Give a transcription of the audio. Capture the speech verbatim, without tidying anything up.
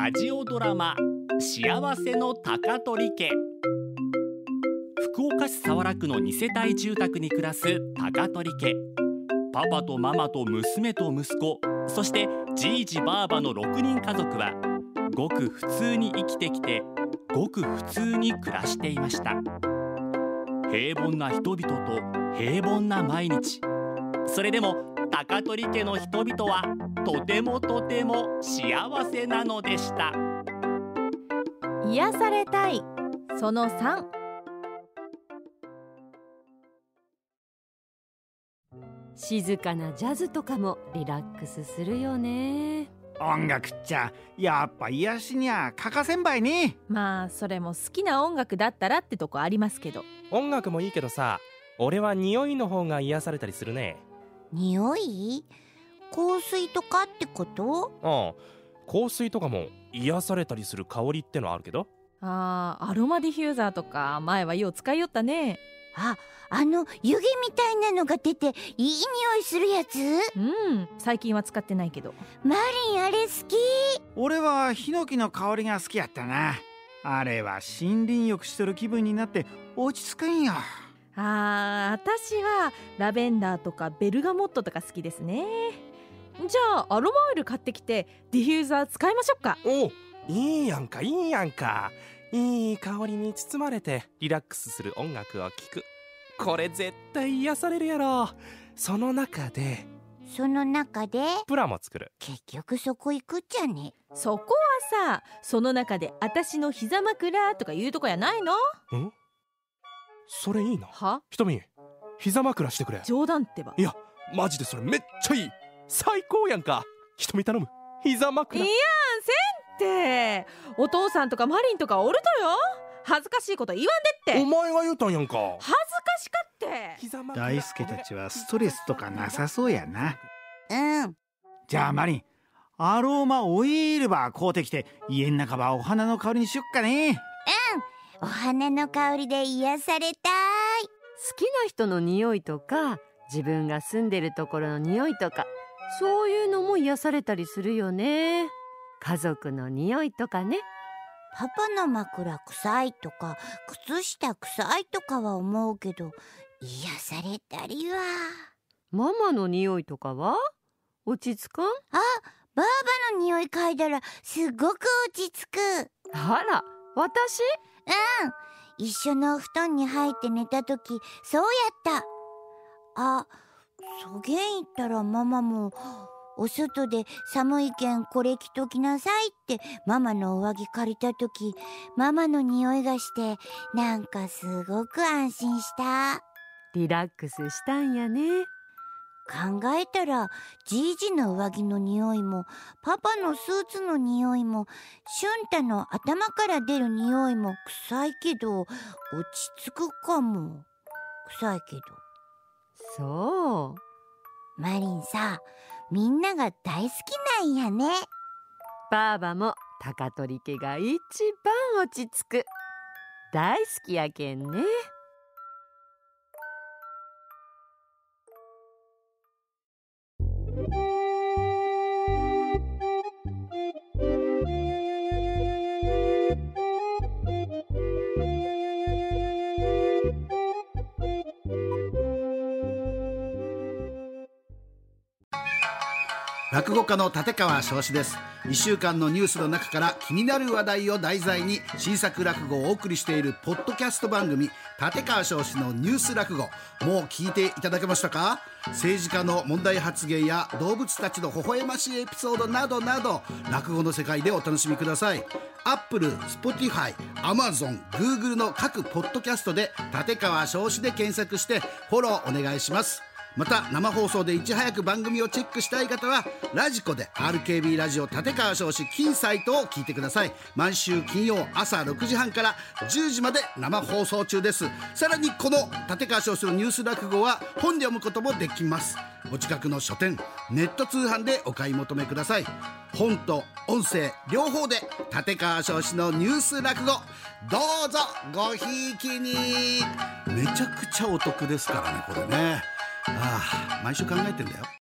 ラジオドラマ幸せの高取家。福岡市早良区のに世帯住宅に暮らす高取家。パパとママと娘と息子、そしてじいじばあばのろくにん家族はごく普通に生きてきて、ごく普通に暮らしていました。平凡な人々と平凡な毎日。それでも高取家の人々はとてもとても幸せなのでした。 癒されたいそのさん。 静かなジャズとかもリラックスするよね。 音楽っちゃやっぱ癒しにゃ欠かせんばいね。 まあそれも好きな音楽だったらってとこありますけど。 音楽もいいけどさ、俺は匂いの方が癒されたりするね。 匂い？香水とかってこと？ ああ、香水とかも癒されたりする香りってのあるけど。 あー、アロマディフューザーとか前はよう使いよったね。 あ、あの湯気みたいなのが出ていい匂いするやつ？ うん、最近は使ってないけど。 マリンあれ好き。 俺はヒノキの香りが好きやったな。あれは森林浴してる気分になって落ち着くんよ。 あー、私はラベンダーとかベルガモットとか好きですね。じゃあアロマオイル買ってきてディフューザー使いましょうか。 お、いいやんかいいやんか。いい香りに包まれてリラックスする音楽を聴く。これ絶対癒されるやろ。その中でその中でプラも作る。 結局そこ行くっちゃね。 そこはさ、その中で私の膝枕とか言うとこやないの？ ん？それいいな。 は？ ひとみ、膝枕してくれ。 冗談ってば。 いやマジでそれめっちゃいい。最高やんか。ひとみ頼む、膝枕。 いやんせんって。お父さんとかマリンとかおるとよ。恥ずかしいこと言わんでって。 お前が言うたんやんか。 恥ずかしかって。 大輔たちはストレスとかなさそうやな。 うん。 じゃあマリン、アロマオイルば買うてきて家の中はお花の香りにしよっかね。 うん、お花の香りで癒されたい。 好きな人の匂いとか、自分が住んでるところの匂いとか、そういうのも癒されたりするよね。家族の匂いとかね。 パパの枕臭いとか靴下臭いとかは思うけど、癒されたりは。 ママの匂いとかは落ち着かん？ あ、ばあばの匂い嗅いだらすごく落ち着く。 あら、私？ うん、一緒のお布団に入って寝た時そうやった。あ、そげん言ったらママもお外で寒いけんこれ着ときなさいってママの上着借りたとき、ママの匂いがしてなんかすごく安心した。 リラックスしたんやね。 考えたらじいじの上着の匂いもパパのスーツの匂いもシュンタの頭から出る匂いも臭いけど落ち着くかも。臭いけど。 そう。 マリンさ、みんなが大好きなんやね。 ばあばも高取家が一番落ち着く。大好きやけんね。 落語家の立川翔志です。いっしゅうかんのニュースの中から気になる話題を題材に新作落語をお送りしているポッドキャスト番組、立川翔志のニュース落語、もう聞いていただけましたか？政治家の問題発言や動物たちの微笑ましいエピソードなどなど、落語の世界でお楽しみください。アップル、スポティファイ、アマゾン、グーグルの各ポッドキャストで立川翔志で検索してフォローお願いします。また生放送でいち早く番組をチェックしたい方はラジコで アールケービー ラジオ立川翔志金サイトを聞いてください。毎週金曜朝ろくじはんからじゅうじまで生放送中です。さらにこの立川翔志のニュース落語は本で読むこともできます。お近くの書店、ネット通販でお買い求めください。本と音声両方で立川翔志のニュース落語、どうぞごひいきに。めちゃくちゃお得ですからね、これね。ああ、毎週考えてんだよ。